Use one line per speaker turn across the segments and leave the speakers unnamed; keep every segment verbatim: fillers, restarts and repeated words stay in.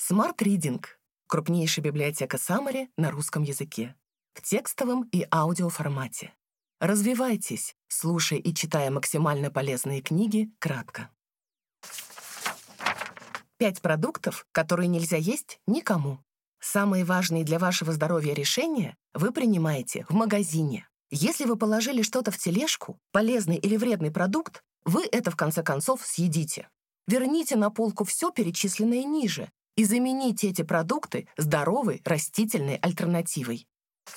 Smart Reading — крупнейшая библиотека Summary на русском языке, в текстовом и аудиоформате. Развивайтесь, слушая и читая максимально полезные книги кратко. Пять продуктов, которые нельзя есть никому. Самые важные для вашего здоровья решения вы принимаете в магазине. Если вы положили что-то в тележку, полезный или вредный продукт, вы это в конце концов съедите. Верните на полку все перечисленное ниже и замените эти продукты здоровой растительной альтернативой.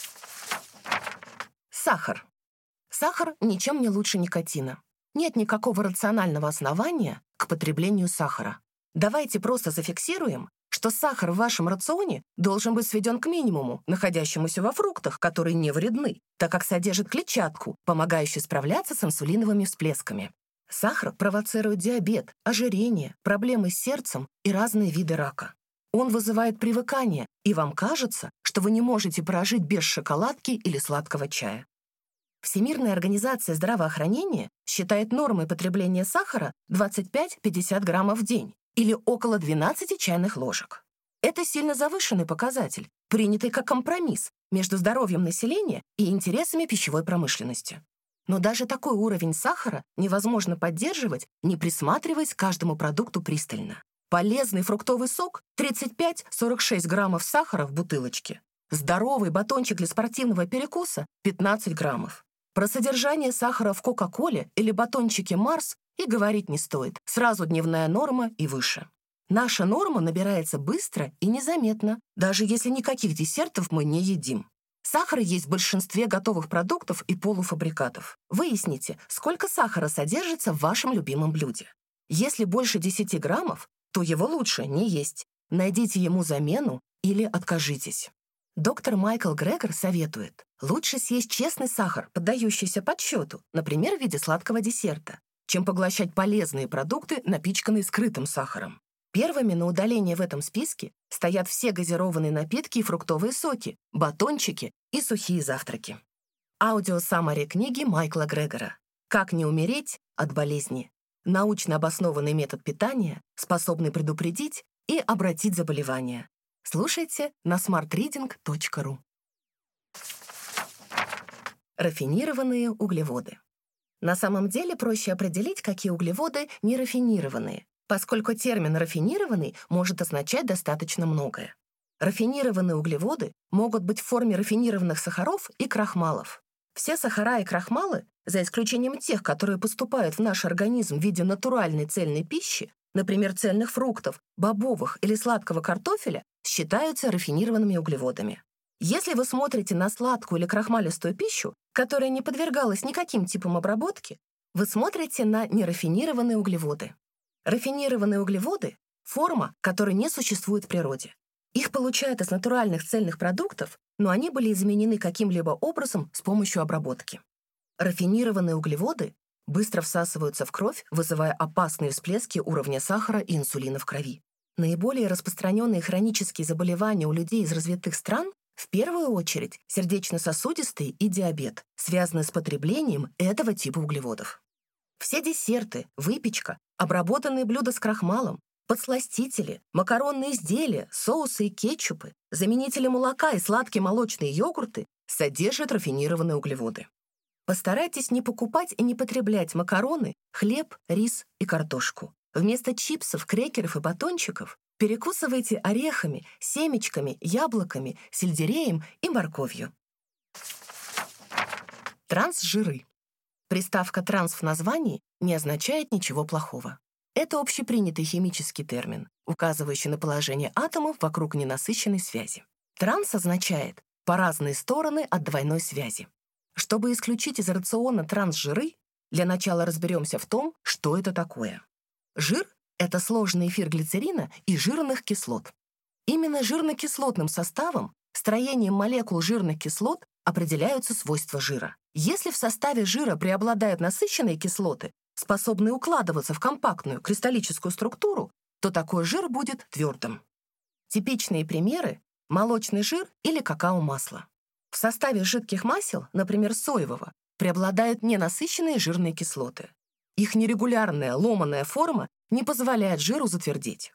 Сахар. Сахар ничем не лучше никотина. Нет никакого рационального основания к потреблению сахара. Давайте просто зафиксируем, что сахар в вашем рационе должен быть сведен к минимуму, находящемуся во фруктах, которые не вредны, так как содержит клетчатку, помогающую справляться с инсулиновыми всплесками. Сахар провоцирует диабет, ожирение, проблемы с сердцем и разные виды рака. Он вызывает привыкание, и вам кажется, что вы не можете прожить без шоколадки или сладкого чая. Всемирная организация здравоохранения считает нормой потребления сахара двадцать пять-пятьдесят граммов в день или около двенадцати чайных ложек. Это сильно завышенный показатель, принятый как компромисс между здоровьем населения и интересами пищевой промышленности. Но даже такой уровень сахара невозможно поддерживать, не присматриваясь к каждому продукту пристально. Полезный фруктовый сок — тридцать пять - сорок шесть граммов сахара в бутылочке. Здоровый батончик для спортивного перекуса — пятнадцать граммов. Про содержание сахара в Кока-Коле или батончике Марс и говорить не стоит. Сразу дневная норма и выше. Наша норма набирается быстро и незаметно, даже если никаких десертов мы не едим. Сахар есть в большинстве готовых продуктов и полуфабрикатов. Выясните, сколько сахара содержится в вашем любимом блюде. Если больше десяти граммов, то его лучше не есть. Найдите ему замену или откажитесь. Доктор Майкл Грегор советует: лучше съесть честный сахар, поддающийся подсчету, например, в виде сладкого десерта, чем поглощать полезные продукты, напичканные скрытым сахаром. Первыми на удаление в этом списке стоят все газированные напитки и фруктовые соки, батончики и сухие завтраки. Аудио-саммари книги Майкла Грегора «Как не умереть от болезни». Научно обоснованный метод питания, способный предупредить и обратить заболевания. Слушайте на смарт ридинг точка ру. Рафинированные углеводы. На самом деле проще определить, какие углеводы нерафинированные, поскольку термин «рафинированный» может означать достаточно многое. Рафинированные углеводы могут быть в форме рафинированных сахаров и крахмалов. Все сахара и крахмалы, за исключением тех, которые поступают в наш организм в виде натуральной цельной пищи, например, цельных фруктов, бобовых или сладкого картофеля, считаются рафинированными углеводами. Если вы смотрите на сладкую или крахмалистую пищу, которая не подвергалась никаким типам обработки, вы смотрите на нерафинированные углеводы. Рафинированные углеводы — форма, которой не существует в природе. Их получают из натуральных цельных продуктов, но они были изменены каким-либо образом с помощью обработки. Рафинированные углеводы быстро всасываются в кровь, вызывая опасные всплески уровня сахара и инсулина в крови. Наиболее распространенные хронические заболевания у людей из развитых стран в первую очередь сердечно-сосудистые и диабет, связанные с потреблением этого типа углеводов. Все десерты, выпечка, обработанные блюда с крахмалом, подсластители, макаронные изделия, соусы и кетчупы, заменители молока и сладкие молочные йогурты содержат рафинированные углеводы. Постарайтесь не покупать и не потреблять макароны, хлеб, рис и картошку. Вместо чипсов, крекеров и батончиков перекусывайте орехами, семечками, яблоками, сельдереем и морковью. Трансжиры. Приставка «транс» в названии не означает ничего плохого. Это общепринятый химический термин, указывающий на положение атомов вокруг ненасыщенной связи. Транс означает «по разные стороны от двойной связи». Чтобы исключить из рациона трансжиры, для начала разберемся в том, что это такое. Жир — это сложный эфир глицерина и жирных кислот. Именно жирно-кислотным составом, строением молекул жирных кислот определяются свойства жира. Если в составе жира преобладают насыщенные кислоты, способные укладываться в компактную кристаллическую структуру, то такой жир будет твердым. Типичные примеры — молочный жир или какао-масло. В составе жидких масел, например, соевого, преобладают ненасыщенные жирные кислоты. Их нерегулярная ломаная форма не позволяет жиру затвердеть.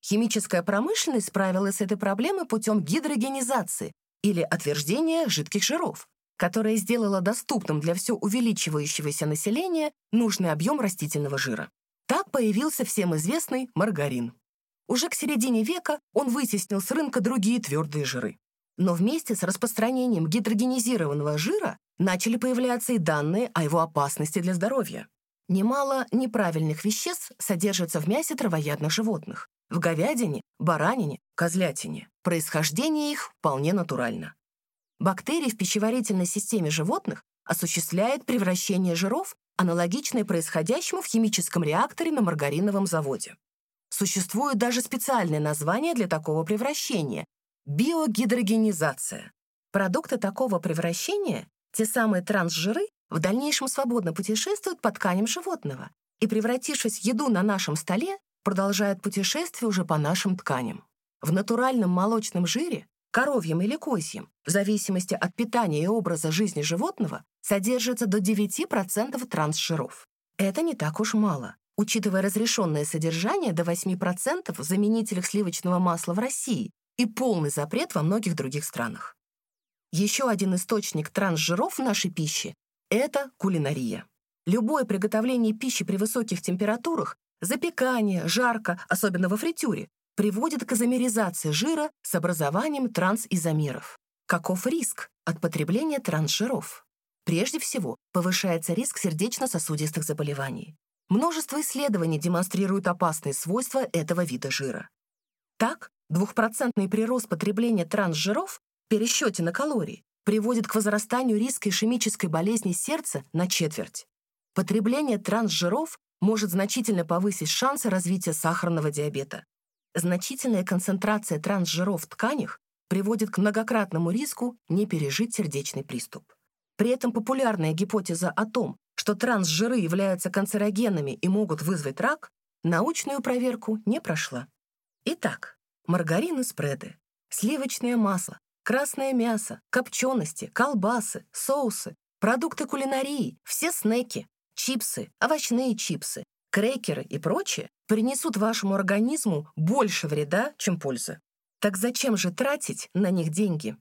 Химическая промышленность справилась с этой проблемой путем гидрогенизации или отверждения жидких жиров, которая сделала доступным для все увеличивающегося населения нужный объем растительного жира. Так появился всем известный маргарин. Уже к середине века он вытеснил с рынка другие твердые жиры. Но вместе с распространением гидрогенизированного жира начали появляться и данные о его опасности для здоровья. Немало неправильных веществ содержится в мясе травоядных животных, в говядине, баранине, козлятине. Происхождение их вполне натурально. Бактерии в пищеварительной системе животных осуществляют превращение жиров, аналогичное происходящему в химическом реакторе на маргариновом заводе. Существует даже специальное название для такого превращения – биогидрогенизация. Продукты такого превращения, те самые трансжиры, в дальнейшем свободно путешествуют по тканям животного и, превратившись в еду на нашем столе, продолжают путешествие уже по нашим тканям. В натуральном молочном жире, коровьем или козьем, в зависимости от питания и образа жизни животного, содержится до девяти процентов трансжиров. Это не так уж мало, учитывая разрешенное содержание до восьми процентов в заменителях сливочного масла в России и полный запрет во многих других странах. Еще один источник трансжиров в нашей пище – это кулинария. Любое приготовление пищи при высоких температурах, запекание, жарко, особенно во фритюре, приводит к изомеризации жира с образованием трансизомеров. Каков риск от потребления трансжиров? Прежде всего, повышается риск сердечно-сосудистых заболеваний. Множество исследований демонстрируют опасные свойства этого вида жира. Так, двухпроцентный прирост потребления трансжиров в пересчете на калории приводит к возрастанию риска ишемической болезни сердца на четверть. Потребление трансжиров может значительно повысить шансы развития сахарного диабета. Значительная концентрация трансжиров в тканях приводит к многократному риску не пережить сердечный приступ. При этом популярная гипотеза о том, что трансжиры являются канцерогенами и могут вызвать рак, научную проверку не прошла. Итак, маргарин и спреды, сливочное масло, красное мясо, копчености, колбасы, соусы, продукты кулинарии, все снеки, чипсы, овощные чипсы, крекеры и прочее принесут вашему организму больше вреда, чем пользы. Так зачем же тратить на них деньги?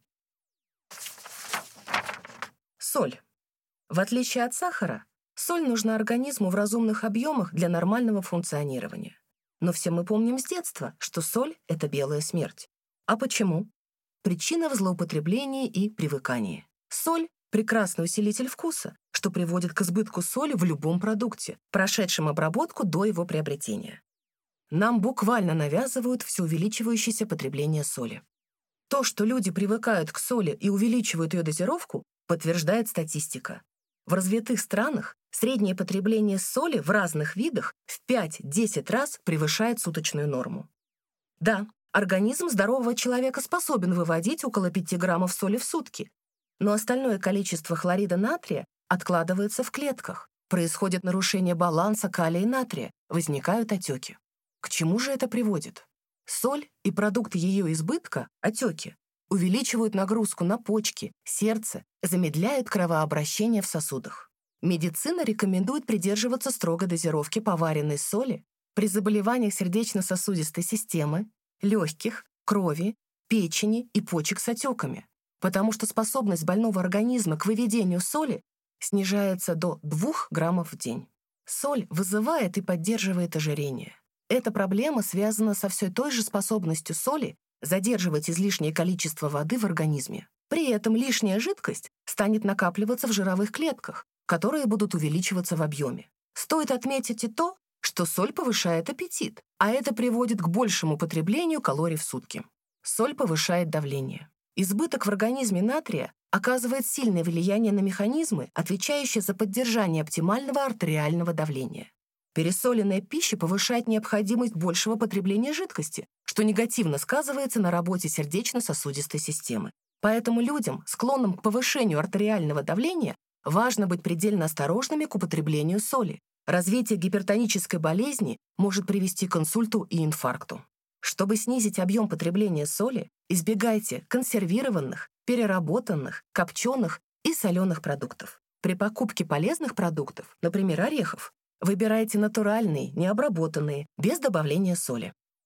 Соль. В отличие от сахара, соль нужна организму в разумных объемах для нормального функционирования. Но все мы помним с детства, что соль — это белая смерть. А почему? Причина в злоупотреблении и привыкании. Соль — прекрасный усилитель вкуса, что приводит к избытку соли в любом продукте, прошедшем обработку до его приобретения. Нам буквально навязывают все увеличивающееся потребление соли. То, что люди привыкают к соли и увеличивают ее дозировку, подтверждает статистика. В развитых странах среднее потребление соли в разных видах в пять-десять раз превышает суточную норму. Да, организм здорового человека способен выводить около пяти граммов соли в сутки, но остальное количество хлорида натрия откладывается в клетках, происходит нарушение баланса калия и натрия, возникают отеки. К чему же это приводит? Соль и продукты ее избытка, отеки, увеличивают нагрузку на почки, сердце, замедляют кровообращение в сосудах. Медицина рекомендует придерживаться строгой дозировки поваренной соли при заболеваниях сердечно-сосудистой системы, легких, крови, печени и почек с отеками, потому что способность больного организма к выведению соли снижается до двух граммов в день. Соль вызывает и поддерживает ожирение. Эта проблема связана со все той же способностью соли задерживать излишнее количество воды в организме. При этом лишняя жидкость станет накапливаться в жировых клетках, которые будут увеличиваться в объеме. Стоит отметить и то, что соль повышает аппетит, а это приводит к большему потреблению калорий в сутки. Соль повышает давление. Избыток в организме натрия оказывает сильное влияние на механизмы, отвечающие за поддержание оптимального артериального давления. Пересоленная пища повышает необходимость большего потребления жидкости, что негативно сказывается на работе сердечно-сосудистой системы. Поэтому людям, склонным к повышению артериального давления, важно быть предельно осторожными к употреблению соли. Развитие гипертонической болезни может привести к инсульту и инфаркту. Чтобы снизить объем потребления соли, избегайте консервированных, переработанных, копченых и соленых продуктов. При покупке полезных продуктов, например, орехов, выбирайте натуральные, необработанные, без добавления соли.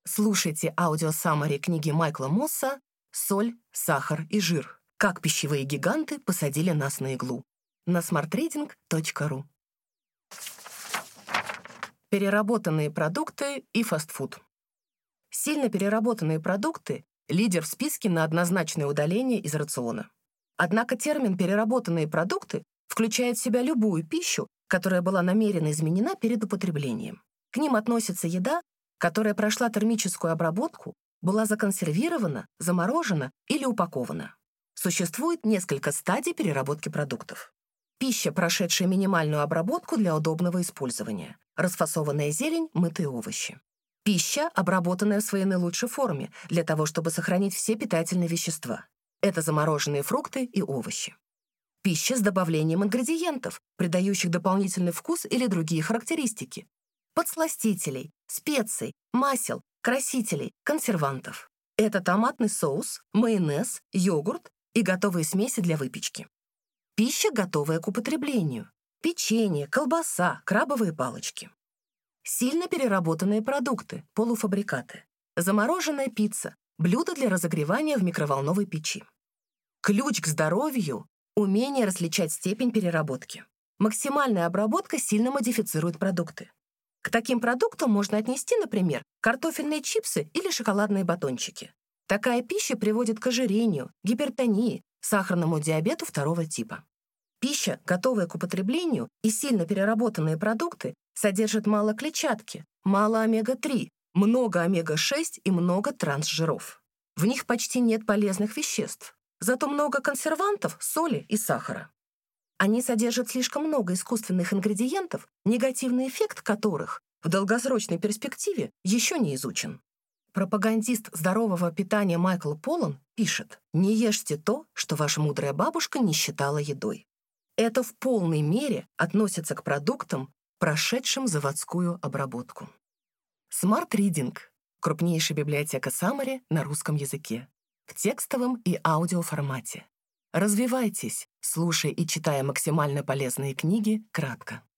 Слушайте аудиосаммари книги Майкла Мосса «Соль, сахар и жир. Как пищевые гиганты посадили нас на иглу» на смарт ридинг точка ру. Переработанные продукты и фастфуд. Сильно переработанные продукты – лидер в списке на однозначное удаление из рациона. Однако термин «переработанные продукты» включает в себя любую пищу, которая была намеренно изменена перед употреблением. К ним относится еда, которая прошла термическую обработку, была законсервирована, заморожена или упакована. Существует несколько стадий переработки продуктов. Пища, прошедшая минимальную обработку для удобного использования. Расфасованная зелень, мытые овощи. Пища, обработанная в своей наилучшей форме, для того, чтобы сохранить все питательные вещества. Это замороженные фрукты и овощи. Пища с добавлением ингредиентов, придающих дополнительный вкус или другие характеристики. Подсластителей, специй, масел, красителей, консервантов. Это томатный соус, майонез, йогурт и готовые смеси для выпечки. Пища, готовая к употреблению. Печенье, колбаса, крабовые палочки. Сильно переработанные продукты, полуфабрикаты. Замороженная пицца, блюдо для разогревания в микроволновой печи. Ключ к здоровью – умение различать степень переработки. Максимальная обработка сильно модифицирует продукты. К таким продуктам можно отнести, например, картофельные чипсы или шоколадные батончики. Такая пища приводит к ожирению, гипертонии, сахарному диабету второго типа. Пища, готовая к употреблению, и сильно переработанные продукты содержат мало клетчатки, мало омега три, много омега шесть и много трансжиров. В них почти нет полезных веществ, зато много консервантов, соли и сахара. Они содержат слишком много искусственных ингредиентов, негативный эффект которых в долгосрочной перспективе еще не изучен. Пропагандист здорового питания Майкл Поллан пишет: «Не ешьте то, что ваша мудрая бабушка не считала едой». Это в полной мере относится к продуктам, прошедшим заводскую обработку. смарт ридинг – крупнейшая библиотека саммари на русском языке, в текстовом и аудиоформате. Развивайтесь, слушая и читая максимально полезные книги кратко.